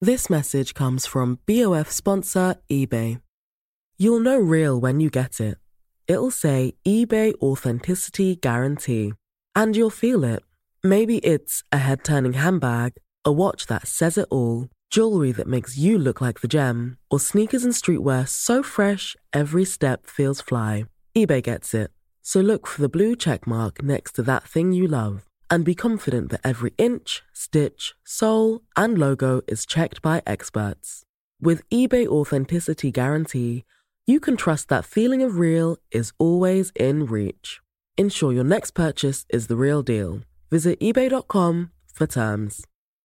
This message comes from BOF sponsor eBay. You'll know real when you get it. It'll say eBay Authenticity Guarantee. And you'll feel it. Maybe it's a head-turning handbag, a watch that says it all, jewelry that makes you look like the gem, or sneakers and streetwear so fresh every step feels fly. eBay gets it. So look for the blue check mark next to that thing you love and be confident that every inch, stitch, sole, and logo is checked by experts. With eBay Authenticity Guarantee, you can trust that feeling of real is always in reach. Ensure your next purchase is the real deal. Visit ebay.com for terms.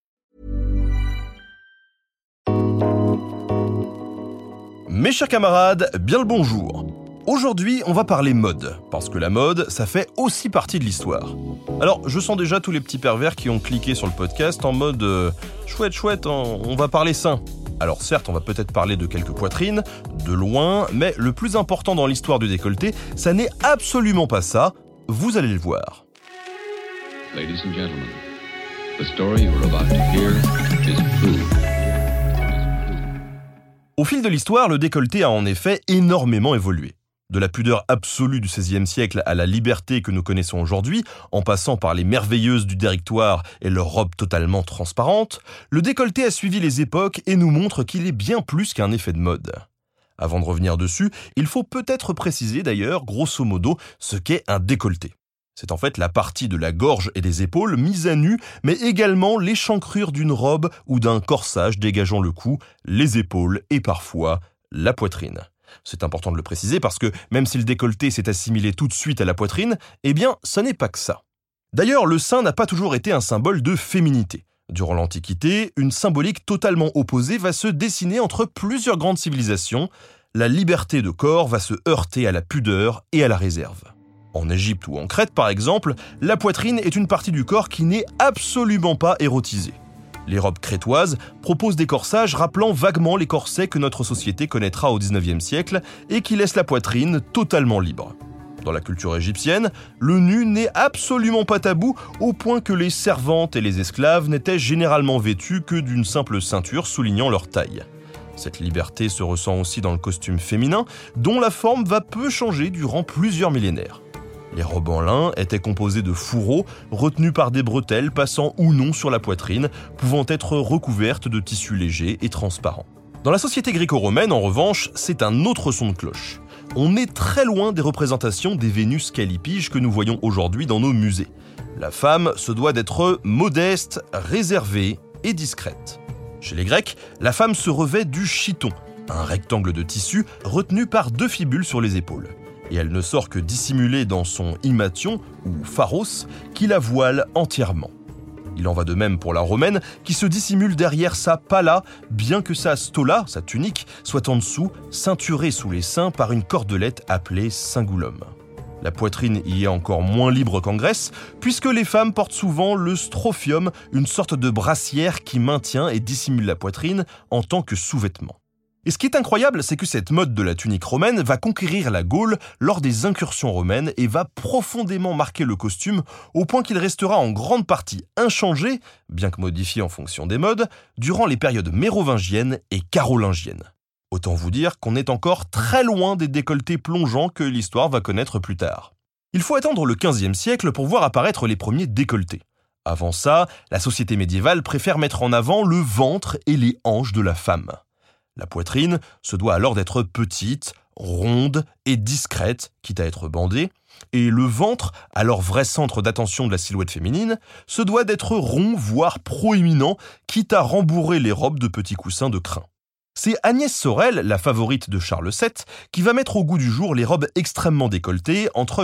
Mes chers camarades, bien le bonjour. Aujourd'hui, on va parler mode, parce que la mode, ça fait aussi partie de l'histoire. Alors, je sens déjà tous les petits pervers qui ont cliqué sur le podcast en mode chouette, on va parler seins. Alors certes, on va peut-être parler de quelques poitrines, de loin, mais le plus important dans l'histoire du décolleté, ça n'est absolument pas ça, vous allez le voir. Ladies and gentlemen, the story you're about to hear is true. Au fil de l'histoire, le décolleté a en effet énormément évolué. De la pudeur absolue du XVIe siècle à la liberté que nous connaissons aujourd'hui, en passant par les merveilleuses du directoire et leurs robes totalement transparentes, le décolleté a suivi les époques et nous montre qu'il est bien plus qu'un effet de mode. Avant de revenir dessus, il faut peut-être préciser d'ailleurs, grosso modo, ce qu'est un décolleté. C'est en fait la partie de la gorge et des épaules mise à nu, mais également l'échancrure d'une robe ou d'un corsage dégageant le cou, les épaules et parfois la poitrine. C'est important de le préciser parce que même si le décolleté s'est assimilé tout de suite à la poitrine, eh bien, ce n'est pas que ça. D'ailleurs, le sein n'a pas toujours été un symbole de féminité. Durant l'Antiquité, une symbolique totalement opposée va se dessiner entre plusieurs grandes civilisations. La liberté de corps va se heurter à la pudeur et à la réserve. En Égypte ou en Crète, par exemple, la poitrine est une partie du corps qui n'est absolument pas érotisée. Les robes crétoises proposent des corsages rappelant vaguement les corsets que notre société connaîtra au XIXe siècle et qui laissent la poitrine totalement libre. Dans la culture égyptienne, le nu n'est absolument pas tabou au point que les servantes et les esclaves n'étaient généralement vêtus que d'une simple ceinture soulignant leur taille. Cette liberté se ressent aussi dans le costume féminin, dont la forme va peu changer durant plusieurs millénaires. Les robes en lin étaient composées de fourreaux retenus par des bretelles passant ou non sur la poitrine, pouvant être recouvertes de tissus légers et transparents. Dans la société gréco-romaine, en revanche, c'est un autre son de cloche. On est très loin des représentations des Vénus callipyges que nous voyons aujourd'hui dans nos musées. La femme se doit d'être modeste, réservée et discrète. Chez les Grecs, la femme se revêt du chiton, un rectangle de tissu retenu par deux fibules sur les épaules. Et elle ne sort que dissimulée dans son himation, ou pharos, qui la voile entièrement. Il en va de même pour la romaine, qui se dissimule derrière sa palla, bien que sa stola, sa tunique, soit en dessous, ceinturée sous les seins par une cordelette appelée cingulum. La poitrine y est encore moins libre qu'en Grèce, puisque les femmes portent souvent le strophium, une sorte de brassière qui maintient et dissimule la poitrine en tant que sous-vêtement. Et ce qui est incroyable, c'est que cette mode de la tunique romaine va conquérir la Gaule lors des incursions romaines et va profondément marquer le costume au point qu'il restera en grande partie inchangé, bien que modifié en fonction des modes, durant les périodes mérovingiennes et carolingiennes. Autant vous dire qu'on est encore très loin des décolletés plongeants que l'histoire va connaître plus tard. Il faut attendre le XVe siècle pour voir apparaître les premiers décolletés. Avant ça, la société médiévale préfère mettre en avant le ventre et les hanches de la femme. La poitrine se doit alors d'être petite, ronde et discrète, quitte à être bandée, et le ventre, alors vrai centre d'attention de la silhouette féminine, se doit d'être rond, voire proéminent, quitte à rembourrer les robes de petits coussins de crin. C'est Agnès Sorel, la favorite de Charles VII, qui va mettre au goût du jour les robes extrêmement décolletées entre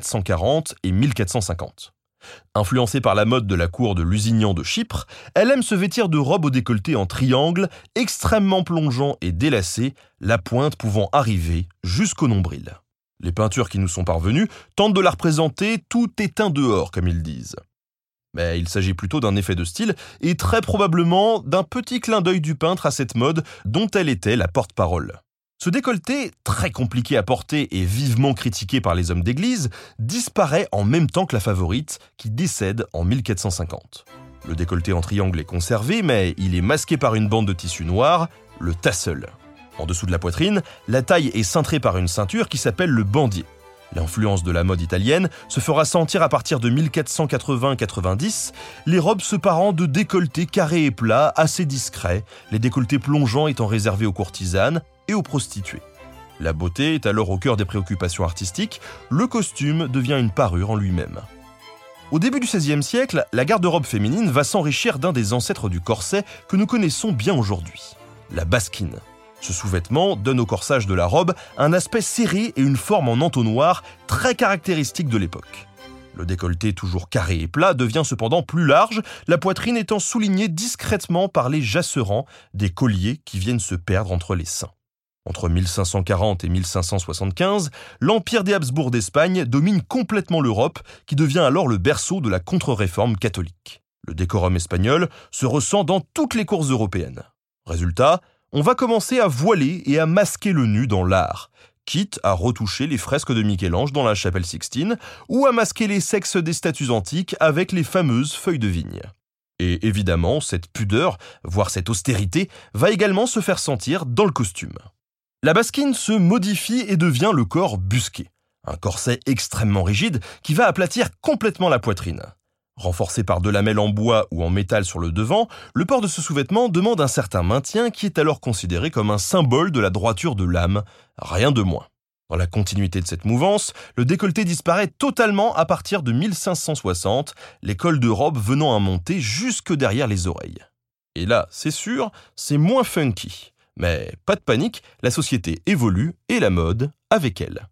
1440 et 1450. Influencée par la mode de la cour de Lusignan de Chypre, elle aime se vêtir de robes au décolleté en triangle, extrêmement plongeants et délacés, la pointe pouvant arriver jusqu'au nombril. Les peintures qui nous sont parvenues tentent de la représenter tout éteint dehors, comme ils disent. Mais il s'agit plutôt d'un effet de style et très probablement d'un petit clin d'œil du peintre à cette mode dont elle était la porte-parole. Ce décolleté, très compliqué à porter et vivement critiqué par les hommes d'église, disparaît en même temps que la favorite, qui décède en 1450. Le décolleté en triangle est conservé, mais il est masqué par une bande de tissu noir, le tassel. En dessous de la poitrine, la taille est cintrée par une ceinture qui s'appelle le bandier. L'influence de la mode italienne se fera sentir à partir de 1480-90, les robes se parant de décolletés carrés et plats, assez discrets, les décolletés plongeants étant réservés aux courtisanes et aux prostituées. La beauté est alors au cœur des préoccupations artistiques, le costume devient une parure en lui-même. Au début du XVIe siècle, la garde-robe féminine va s'enrichir d'un des ancêtres du corset que nous connaissons bien aujourd'hui, la basquine. Ce sous-vêtement donne au corsage de la robe un aspect serré et une forme en entonnoir très caractéristique de l'époque. Le décolleté, toujours carré et plat, devient cependant plus large, la poitrine étant soulignée discrètement par les jasserans, des colliers qui viennent se perdre entre les seins. Entre 1540 et 1575, l'Empire des Habsbourg d'Espagne domine complètement l'Europe, qui devient alors le berceau de la contre-réforme catholique. Le décorum espagnol se ressent dans toutes les cours européennes. Résultat, on va commencer à voiler et à masquer le nu dans l'art, quitte à retoucher les fresques de Michel-Ange dans la chapelle Sixtine ou à masquer les sexes des statues antiques avec les fameuses feuilles de vigne. Et évidemment, cette pudeur, voire cette austérité, va également se faire sentir dans le costume. La basquine se modifie et devient le corps busqué, un corset extrêmement rigide qui va aplatir complètement la poitrine. Renforcé par 2 lamelles en bois ou en métal sur le devant, le port de ce sous-vêtement demande un certain maintien qui est alors considéré comme un symbole de la droiture de l'âme, rien de moins. Dans la continuité de cette mouvance, le décolleté disparaît totalement à partir de 1560, les cols de robe venant à monter jusque derrière les oreilles. Et là, c'est sûr, c'est moins funky. Mais pas de panique, la société évolue et la mode avec elle.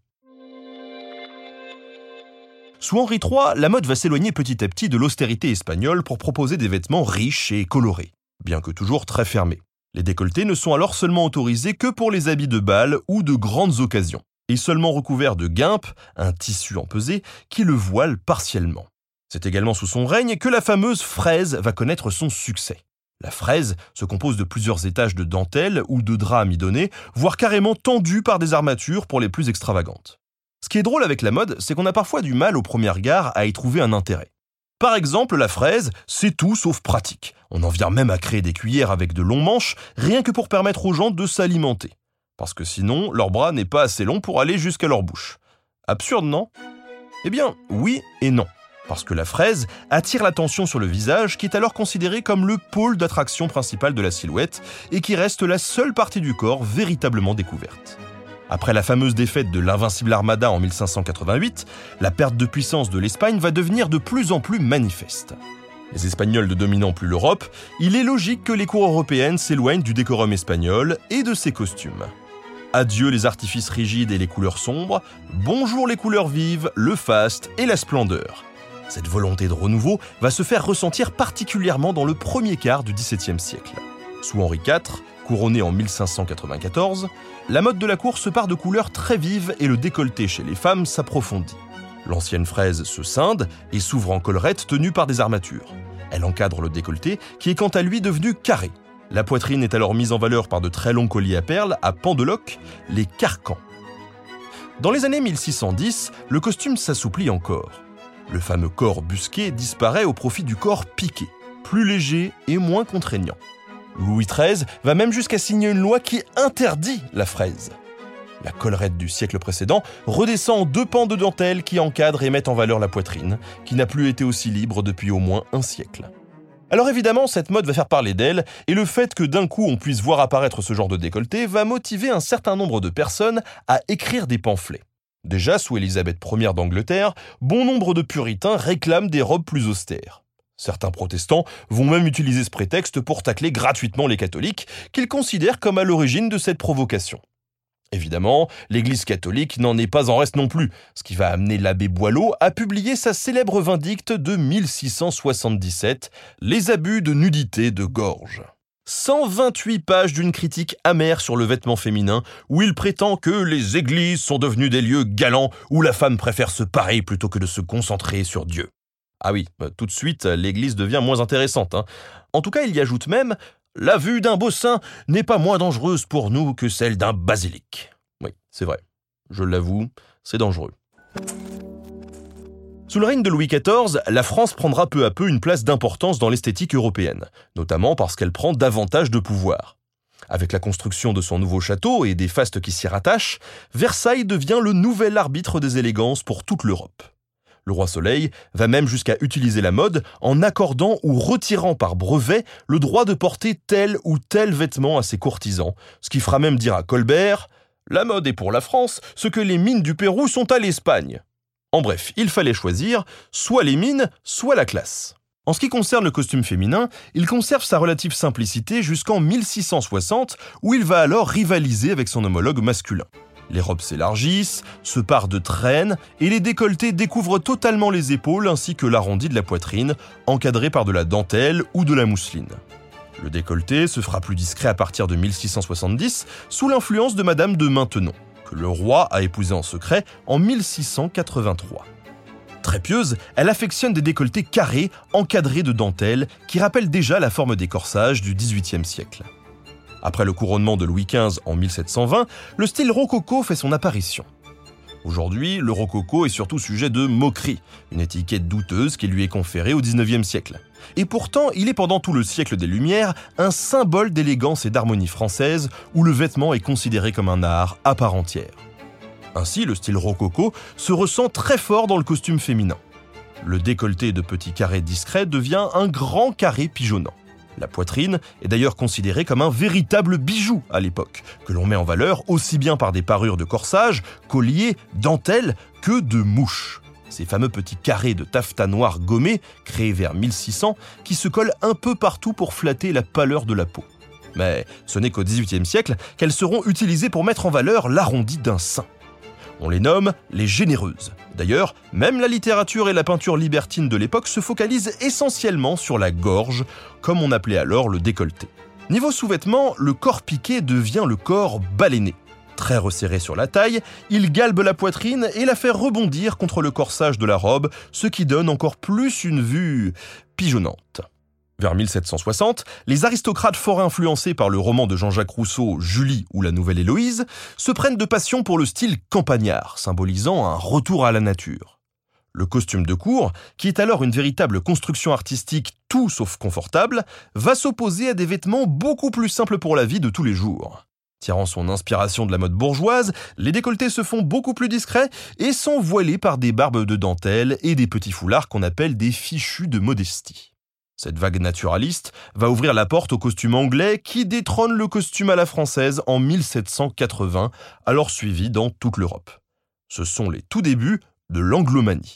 Sous Henri III, la mode va s'éloigner petit à petit de l'austérité espagnole pour proposer des vêtements riches et colorés, bien que toujours très fermés. Les décolletés ne sont alors seulement autorisés que pour les habits de bal ou de grandes occasions, et seulement recouverts de guimpe, un tissu empesé, qui le voile partiellement. C'est également sous son règne que la fameuse fraise va connaître son succès. La fraise se compose de plusieurs étages de dentelle ou de drap amidonné, voire carrément tendu par des armatures pour les plus extravagantes. Ce qui est drôle avec la mode, c'est qu'on a parfois du mal au premier regard à y trouver un intérêt. Par exemple, la fraise, c'est tout sauf pratique. On en vient même à créer des cuillères avec de longs manches, rien que pour permettre aux gens de s'alimenter. Parce que sinon, leur bras n'est pas assez long pour aller jusqu'à leur bouche. Absurde, non ? Eh bien, oui et non. Parce que la fraise attire l'attention sur le visage qui est alors considéré comme le pôle d'attraction principal de la silhouette et qui reste la seule partie du corps véritablement découverte. Après la fameuse défaite de l'Invincible Armada en 1588, la perte de puissance de l'Espagne va devenir de plus en plus manifeste. Les Espagnols ne dominant plus l'Europe, il est logique que les cours européennes s'éloignent du décorum espagnol et de ses costumes. Adieu les artifices rigides et les couleurs sombres, bonjour les couleurs vives, le faste et la splendeur. Cette volonté de renouveau va se faire ressentir particulièrement dans le premier quart du XVIIe siècle. Sous Henri IV, couronné en 1594, la mode de la cour se part de couleurs très vives et le décolleté chez les femmes s'approfondit. L'ancienne fraise se scinde et s'ouvre en collerette tenue par des armatures. Elle encadre le décolleté qui est quant à lui devenu carré. La poitrine est alors mise en valeur par de très longs colliers à perles, à pendeloques, les carcans. Dans les années 1610, le costume s'assouplit encore. Le fameux corps busqué disparaît au profit du corps piqué, plus léger et moins contraignant. Louis XIII va même jusqu'à signer une loi qui interdit la fraise. La collerette du siècle précédent redescend en 2 pans de dentelle qui encadrent et mettent en valeur la poitrine, qui n'a plus été aussi libre depuis au moins un siècle. Alors évidemment, cette mode va faire parler d'elle, et le fait que d'un coup on puisse voir apparaître ce genre de décolleté va motiver un certain nombre de personnes à écrire des pamphlets. Déjà, sous Élisabeth Ier d'Angleterre, bon nombre de puritains réclament des robes plus austères. Certains protestants vont même utiliser ce prétexte pour tacler gratuitement les catholiques, qu'ils considèrent comme à l'origine de cette provocation. Évidemment, l'Église catholique n'en est pas en reste non plus, ce qui va amener l'abbé Boileau à publier sa célèbre vindicte de 1677, « Les abus de nudité de gorge ». 128 pages d'une critique amère sur le vêtement féminin, où il prétend que les églises sont devenues des lieux galants où la femme préfère se parer plutôt que de se concentrer sur Dieu. Ah oui, tout de suite, l'église devient moins intéressante. En tout cas, il y ajoute même « La vue d'un beau sein n'est pas moins dangereuse pour nous que celle d'un basilic ». Oui, c'est vrai. Je l'avoue, c'est dangereux. Sous le règne de Louis XIV, la France prendra peu à peu une place d'importance dans l'esthétique européenne, notamment parce qu'elle prend davantage de pouvoir. Avec la construction de son nouveau château et des fastes qui s'y rattachent, Versailles devient le nouvel arbitre des élégances pour toute l'Europe. Le roi Soleil va même jusqu'à utiliser la mode en accordant ou retirant par brevet le droit de porter tel ou tel vêtement à ses courtisans, ce qui fera même dire à Colbert « La mode est pour la France, ce que les mines du Pérou sont à l'Espagne ». En bref, il fallait choisir soit les mines, soit la classe. En ce qui concerne le costume féminin, il conserve sa relative simplicité jusqu'en 1660, où il va alors rivaliser avec son homologue masculin. Les robes s'élargissent, se parent de traînes, et les décolletés découvrent totalement les épaules ainsi que l'arrondi de la poitrine, encadré par de la dentelle ou de la mousseline. Le décolleté se fera plus discret à partir de 1670, sous l'influence de Madame de Maintenon, que le roi a épousé en secret en 1683. Très pieuse, elle affectionne des décolletés carrés, encadrés de dentelles, qui rappellent déjà la forme des corsages du XVIIIe siècle. Après le couronnement de Louis XV en 1720, le style rococo fait son apparition. Aujourd'hui, le rococo est surtout sujet de moquerie, une étiquette douteuse qui lui est conférée au XIXe siècle. Et pourtant, il est pendant tout le siècle des Lumières un symbole d'élégance et d'harmonie française où le vêtement est considéré comme un art à part entière. Ainsi, le style rococo se ressent très fort dans le costume féminin. Le décolleté de petits carrés discrets devient un grand carré pigeonnant. La poitrine est d'ailleurs considérée comme un véritable bijou à l'époque, que l'on met en valeur aussi bien par des parures de corsage, colliers, dentelles que de mouches. Ces fameux petits carrés de taffetas noir gommé, créés vers 1600, qui se collent un peu partout pour flatter la pâleur de la peau. Mais ce n'est qu'au XVIIIe siècle qu'elles seront utilisées pour mettre en valeur l'arrondi d'un sein. On les nomme les généreuses. D'ailleurs, même la littérature et la peinture libertine de l'époque se focalisent essentiellement sur la gorge, comme on appelait alors le décolleté. Niveau sous-vêtements, le corps piqué devient le corps baleiné. Très resserré sur la taille, il galbe la poitrine et la fait rebondir contre le corsage de la robe, ce qui donne encore plus une vue pigeonnante. Vers 1760, les aristocrates fort influencés par le roman de Jean-Jacques Rousseau, Julie ou la Nouvelle Héloïse, se prennent de passion pour le style campagnard, symbolisant un retour à la nature. Le costume de cour, qui est alors une véritable construction artistique tout sauf confortable, va s'opposer à des vêtements beaucoup plus simples pour la vie de tous les jours. Tirant son inspiration de la mode bourgeoise, les décolletés se font beaucoup plus discrets et sont voilés par des barbes de dentelle et des petits foulards qu'on appelle des fichus de modestie. Cette vague naturaliste va ouvrir la porte au costume anglais qui détrône le costume à la française en 1780, alors suivi dans toute l'Europe. Ce sont les tout débuts de l'anglomanie.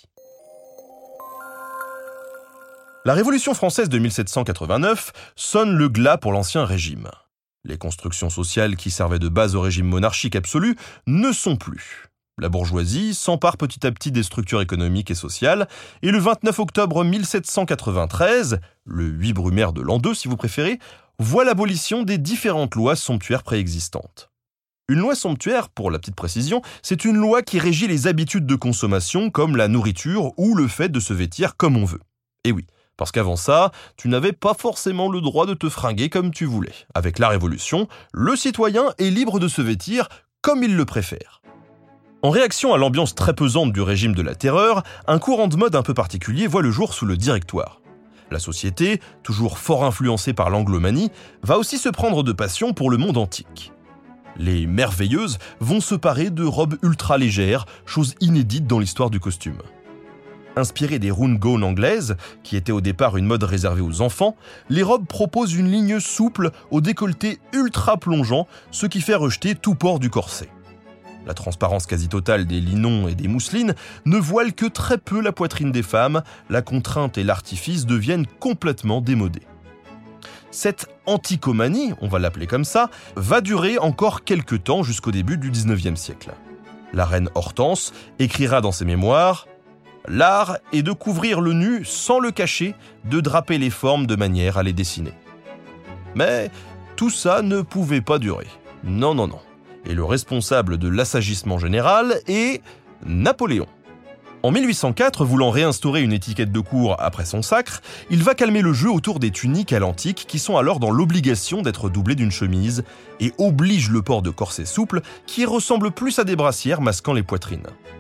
La Révolution française de 1789 sonne le glas pour l'Ancien Régime. Les constructions sociales qui servaient de base au régime monarchique absolu ne sont plus. La bourgeoisie s'empare petit à petit des structures économiques et sociales, et le 29 octobre 1793, le 8 Brumaire de l'an 2 si vous préférez, voit l'abolition des différentes lois somptuaires préexistantes. Une loi somptuaire, pour la petite précision, c'est une loi qui régit les habitudes de consommation comme la nourriture ou le fait de se vêtir comme on veut. Et oui, parce qu'avant ça, tu n'avais pas forcément le droit de te fringuer comme tu voulais. Avec la Révolution, le citoyen est libre de se vêtir comme il le préfère. En réaction à l'ambiance très pesante du régime de la Terreur, un courant de mode un peu particulier voit le jour sous le Directoire. La société, toujours fort influencée par l'anglomanie, va aussi se prendre de passion pour le monde antique. Les merveilleuses vont se parer de robes ultra légères, chose inédite dans l'histoire du costume. Inspirées des round gown anglaises, qui étaient au départ une mode réservée aux enfants, les robes proposent une ligne souple au décolleté ultra plongeant, ce qui fait rejeter tout port du corset. La transparence quasi totale des linons et des mousselines ne voile que très peu la poitrine des femmes, la contrainte et l'artifice deviennent complètement démodés. Cette anticomanie, on va l'appeler comme ça, va durer encore quelques temps jusqu'au début du XIXe siècle. La reine Hortense écrira dans ses mémoires « L'art est de couvrir le nu sans le cacher, de draper les formes de manière à les dessiner. » Mais tout ça ne pouvait pas durer. Non. Et le responsable de l'assagissement général est Napoléon. En 1804, voulant réinstaurer une étiquette de cour après son sacre, il va calmer le jeu autour des tuniques à l'antique qui sont alors dans l'obligation d'être doublées d'une chemise et oblige le port de corsets souples qui ressemblent plus à des brassières masquant les poitrines.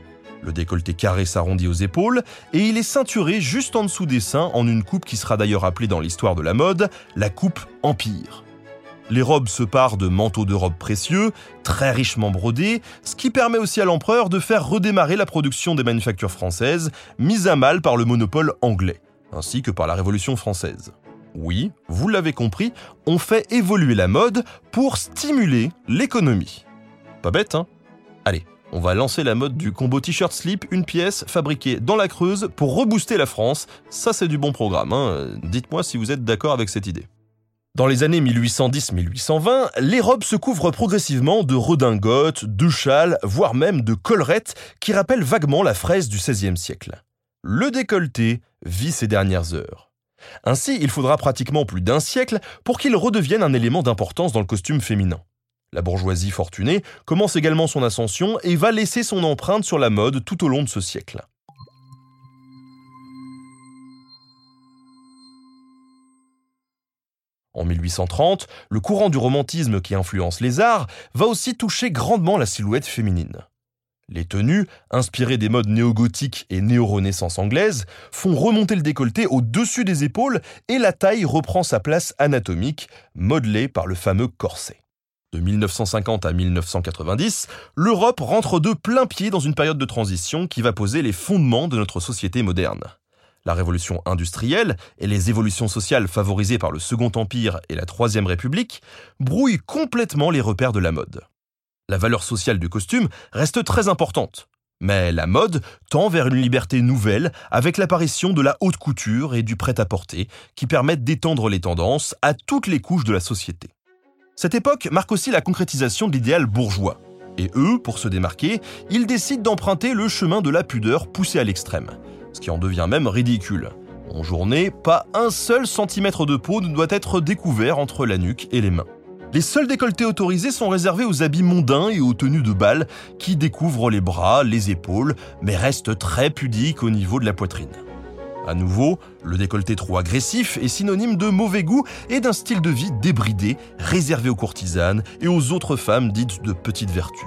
Le décolleté carré s'arrondit aux épaules et il est ceinturé juste en dessous des seins en une coupe qui sera d'ailleurs appelée dans l'histoire de la mode la coupe Empire. Les robes se parent de manteaux de robe précieux, très richement brodés, ce qui permet aussi à l'empereur de faire redémarrer la production des manufactures françaises, mise à mal par le monopole anglais, ainsi que par la Révolution française. Oui, vous l'avez compris, on fait évoluer la mode pour stimuler l'économie. Pas bête, hein ? Allez, on va lancer la mode du combo t-shirt slip, une pièce, fabriquée dans la Creuse pour rebooster la France. Ça, c'est du bon programme, hein. Dites-moi si vous êtes d'accord avec cette idée. Dans les années 1810-1820, les robes se couvrent progressivement de redingotes, de châles, voire même de collerettes qui rappellent vaguement la fraise du XVIe siècle. Le décolleté vit ses dernières heures. Ainsi, il faudra pratiquement plus d'un siècle pour qu'il redevienne un élément d'importance dans le costume féminin. La bourgeoisie fortunée commence également son ascension et va laisser son empreinte sur la mode tout au long de ce siècle. En 1830, le courant du romantisme qui influence les arts va aussi toucher grandement la silhouette féminine. Les tenues, inspirées des modes néo-gothiques et néo-renaissance anglaise, font remonter le décolleté au-dessus des épaules et la taille reprend sa place anatomique, modelée par le fameux corset. De 1950 à 1990, l'Europe rentre de plein pied dans une période de transition qui va poser les fondements de notre société moderne. La révolution industrielle et les évolutions sociales favorisées par le Second Empire et la Troisième République brouillent complètement les repères de la mode. La valeur sociale du costume reste très importante, mais la mode tend vers une liberté nouvelle avec l'apparition de la haute couture et du prêt-à-porter qui permettent d'étendre les tendances à toutes les couches de la société. Cette époque marque aussi la concrétisation de l'idéal bourgeois. Et eux, pour se démarquer, ils décident d'emprunter le chemin de la pudeur poussé à l'extrême, ce qui en devient même ridicule. En journée, pas un seul centimètre de peau ne doit être découvert entre la nuque et les mains. Les seuls décolletés autorisés sont réservés aux habits mondains et aux tenues de bal qui découvrent les bras, les épaules, mais restent très pudiques au niveau de la poitrine. À nouveau, le décolleté trop agressif est synonyme de mauvais goût et d'un style de vie débridé, réservé aux courtisanes et aux autres femmes dites de petite vertu.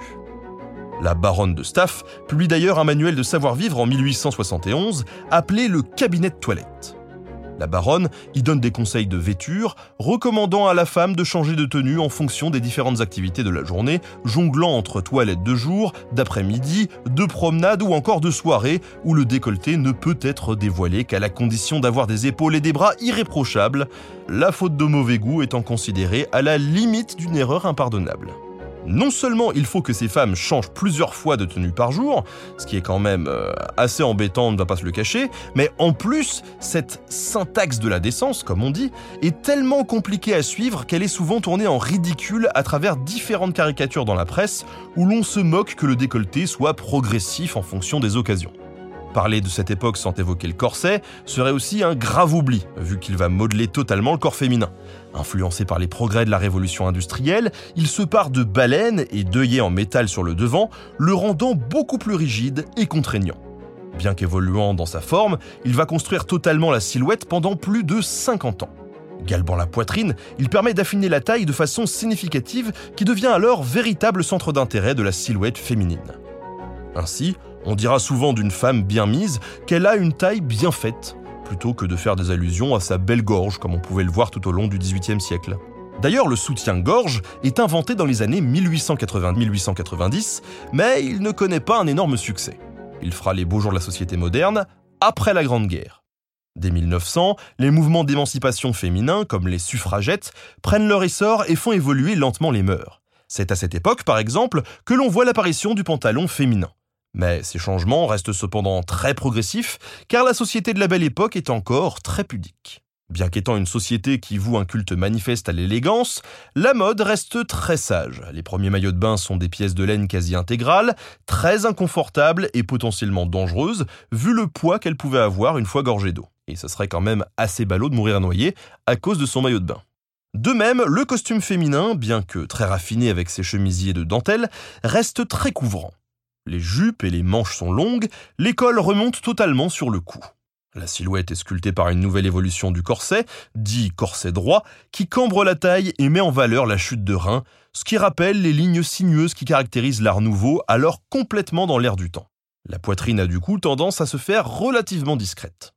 La baronne de Staff publie d'ailleurs un manuel de savoir-vivre en 1871 appelé le cabinet de toilette. La baronne y donne des conseils de vêture, recommandant à la femme de changer de tenue en fonction des différentes activités de la journée, jonglant entre toilettes de jour, d'après-midi, de promenade ou encore de soirée, où le décolleté ne peut être dévoilé qu'à la condition d'avoir des épaules et des bras irréprochables, la faute de mauvais goût étant considérée à la limite d'une erreur impardonnable. Non seulement il faut que ces femmes changent plusieurs fois de tenue par jour, ce qui est quand même assez embêtant, on ne va pas se le cacher, mais en plus, cette syntaxe de la décence, comme on dit, est tellement compliquée à suivre qu'elle est souvent tournée en ridicule à travers différentes caricatures dans la presse où l'on se moque que le décolleté soit progressif en fonction des occasions. Parler de cette époque sans évoquer le corset serait aussi un grave oubli, vu qu'il va modeler totalement le corps féminin. Influencé par les progrès de la révolution industrielle, il se pare de baleines et d'œillets en métal sur le devant, le rendant beaucoup plus rigide et contraignant. Bien qu'évoluant dans sa forme, il va construire totalement la silhouette pendant plus de 50 ans. Galbant la poitrine, il permet d'affiner la taille de façon significative qui devient alors véritable centre d'intérêt de la silhouette féminine. Ainsi, on dira souvent d'une femme bien mise qu'elle a une taille bien faite, plutôt que de faire des allusions à sa belle gorge comme on pouvait le voir tout au long du XVIIIe siècle. D'ailleurs, le soutien-gorge est inventé dans les années 1880-1890, mais il ne connaît pas un énorme succès. Il fera les beaux jours de la société moderne après la Grande Guerre. Dès 1900, les mouvements d'émancipation féminin, comme les suffragettes, prennent leur essor et font évoluer lentement les mœurs. C'est à cette époque, par exemple, que l'on voit l'apparition du pantalon féminin. Mais ces changements restent cependant très progressifs, car la société de la Belle Époque est encore très pudique. Bien qu'étant une société qui voue un culte manifeste à l'élégance, la mode reste très sage. Les premiers maillots de bain sont des pièces de laine quasi intégrales, très inconfortables et potentiellement dangereuses, vu le poids qu'elles pouvaient avoir une fois gorgées d'eau. Et ce serait quand même assez ballot de mourir noyé à cause de son maillot de bain. De même, le costume féminin, bien que très raffiné avec ses chemisiers de dentelle, reste très couvrant. Les jupes et les manches sont longues, les cols remontent totalement sur le cou. La silhouette est sculptée par une nouvelle évolution du corset, dit corset droit, qui cambre la taille et met en valeur la chute de rein, ce qui rappelle les lignes sinueuses qui caractérisent l'Art nouveau, alors complètement dans l'air du temps. La poitrine a du coup tendance à se faire relativement discrète.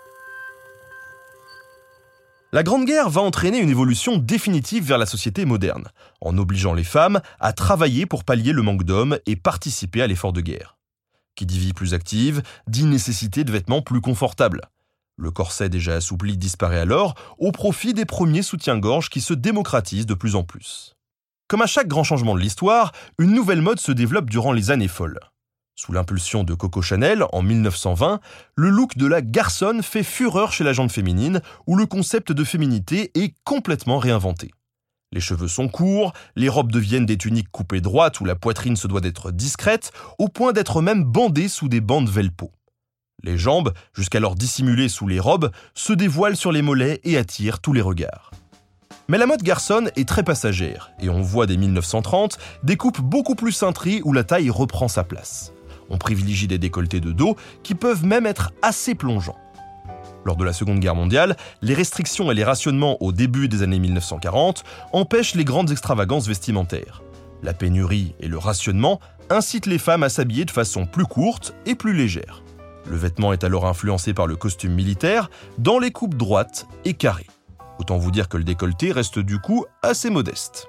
La Grande Guerre va entraîner une évolution définitive vers la société moderne, en obligeant les femmes à travailler pour pallier le manque d'hommes et participer à l'effort de guerre. Qui dit vie plus active, dit nécessité de vêtements plus confortables. Le corset déjà assoupli disparaît alors, au profit des premiers soutiens-gorge qui se démocratisent de plus en plus. Comme à chaque grand changement de l'histoire, une nouvelle mode se développe durant les années folles. Sous l'impulsion de Coco Chanel, en 1920, le look de la garçonne fait fureur chez la gente féminine, où le concept de féminité est complètement réinventé. Les cheveux sont courts, les robes deviennent des tuniques coupées droites où la poitrine se doit d'être discrète, au point d'être même bandée sous des bandes velpeau. Les jambes, jusqu'alors dissimulées sous les robes, se dévoilent sur les mollets et attirent tous les regards. Mais la mode garçonne est très passagère, et on voit dès 1930 des coupes beaucoup plus cintrées où la taille reprend sa place. On privilégie des décolletés de dos qui peuvent même être assez plongeants. Lors de la Seconde Guerre mondiale, les restrictions et les rationnements au début des années 1940 empêchent les grandes extravagances vestimentaires. La pénurie et le rationnement incitent les femmes à s'habiller de façon plus courte et plus légère. Le vêtement est alors influencé par le costume militaire dans les coupes droites et carrées. Autant vous dire que le décolleté reste du coup assez modeste.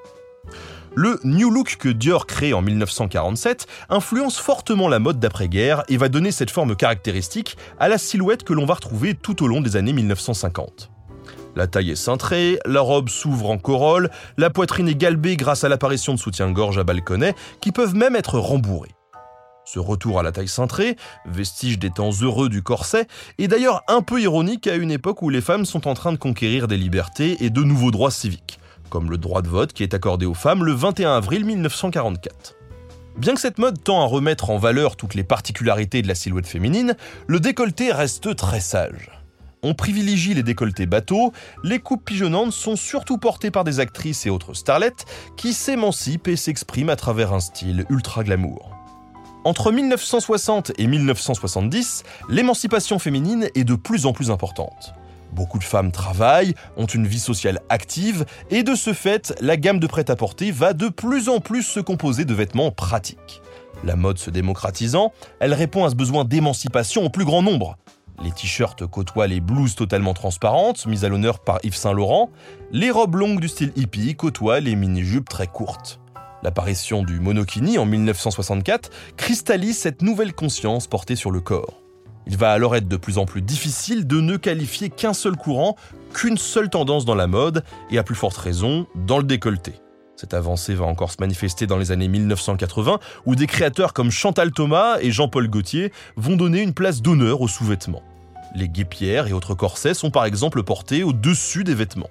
Le New Look que Dior crée en 1947 influence fortement la mode d'après-guerre et va donner cette forme caractéristique à la silhouette que l'on va retrouver tout au long des années 1950. La taille est cintrée, la robe s'ouvre en corolle, la poitrine est galbée grâce à l'apparition de soutiens-gorge à balconnet qui peuvent même être rembourrés. Ce retour à la taille cintrée, vestige des temps heureux du corset, est d'ailleurs un peu ironique à une époque où les femmes sont en train de conquérir des libertés et de nouveaux droits civiques, comme le droit de vote qui est accordé aux femmes le 21 avril 1944. Bien que cette mode tend à remettre en valeur toutes les particularités de la silhouette féminine, le décolleté reste très sage. On privilégie les décolletés bateaux, les coupes pigeonnantes sont surtout portées par des actrices et autres starlettes qui s'émancipent et s'expriment à travers un style ultra glamour. Entre 1960 et 1970, l'émancipation féminine est de plus en plus importante. Beaucoup de femmes travaillent, ont une vie sociale active, et de ce fait, la gamme de prêt-à-porter va de plus en plus se composer de vêtements pratiques. La mode se démocratisant, elle répond à ce besoin d'émancipation au plus grand nombre. Les t-shirts côtoient les blouses totalement transparentes, mises à l'honneur par Yves Saint Laurent. Les robes longues du style hippie côtoient les mini-jupes très courtes. L'apparition du monokini en 1964 cristallise cette nouvelle conscience portée sur le corps. Il va alors être de plus en plus difficile de ne qualifier qu'un seul courant, qu'une seule tendance dans la mode, et à plus forte raison, dans le décolleté. Cette avancée va encore se manifester dans les années 1980, où des créateurs comme Chantal Thomas et Jean-Paul Gaultier vont donner une place d'honneur aux sous-vêtements. Les guêpières et autres corsets sont par exemple portés au-dessus des vêtements.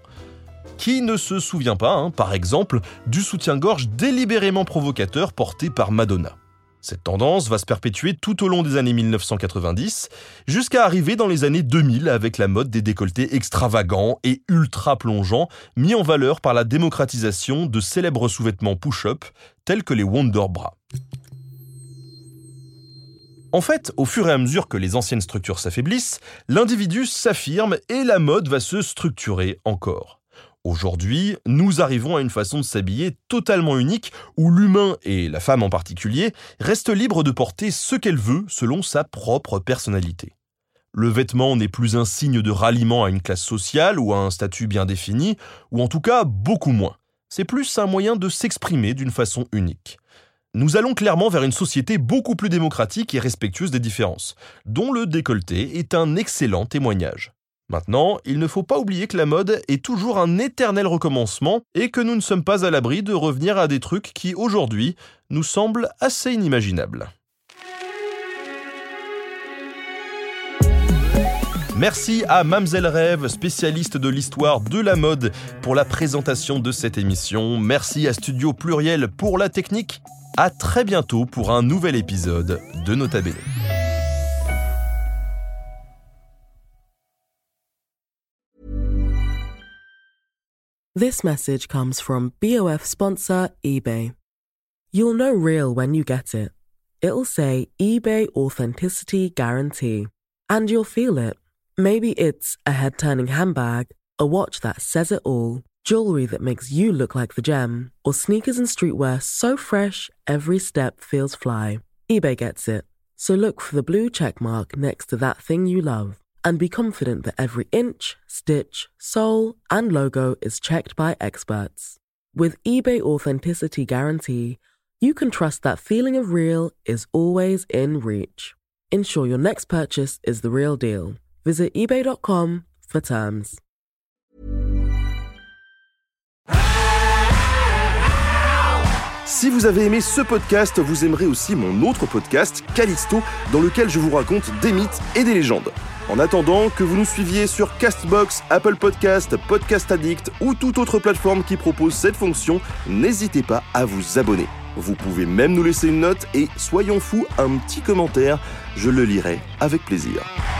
Qui ne se souvient pas, par exemple, du soutien-gorge délibérément provocateur porté par Madonna ? Cette tendance va se perpétuer tout au long des années 1990, jusqu'à arriver dans les années 2000 avec la mode des décolletés extravagants et ultra plongeants, mis en valeur par la démocratisation de célèbres sous-vêtements push-up tels que les Wonder Bra. En fait, au fur et à mesure que les anciennes structures s'affaiblissent, l'individu s'affirme et la mode va se structurer encore. Aujourd'hui, nous arrivons à une façon de s'habiller totalement unique où l'humain, et la femme en particulier, reste libre de porter ce qu'elle veut selon sa propre personnalité. Le vêtement n'est plus un signe de ralliement à une classe sociale ou à un statut bien défini, ou en tout cas beaucoup moins. C'est plus un moyen de s'exprimer d'une façon unique. Nous allons clairement vers une société beaucoup plus démocratique et respectueuse des différences, dont le décolleté est un excellent témoignage. Maintenant, il ne faut pas oublier que la mode est toujours un éternel recommencement et que nous ne sommes pas à l'abri de revenir à des trucs qui, aujourd'hui, nous semblent assez inimaginables. Merci à Mamzelle Rêve, spécialiste de l'histoire de la mode, pour la présentation de cette émission. Merci à Studio Pluriel pour la technique. À très bientôt pour un nouvel épisode de Nota Bene. This message comes from BOF sponsor eBay. You'll know real when you get it. It'll say eBay Authenticity Guarantee. And you'll feel it. Maybe it's a head-turning handbag, a watch that says it all, jewelry that makes you look like the gem, or sneakers and streetwear so fresh every step feels fly. eBay gets it. So look for the blue check mark next to that thing you love and be confident that every inch, stitch, sole, and logo is checked by experts. With eBay Authenticity Guarantee, you can trust that feeling of real is always in reach. Ensure your next purchase is the real deal. Visit ebay.com for terms. Si vous avez aimé ce podcast, vous aimerez aussi mon autre podcast, Callisto, dans lequel je vous raconte des mythes et des légendes. En attendant, que vous nous suiviez sur Castbox, Apple Podcast, Podcast Addict ou toute autre plateforme qui propose cette fonction, n'hésitez pas à vous abonner. Vous pouvez même nous laisser une note et, soyons fous, un petit commentaire, je le lirai avec plaisir.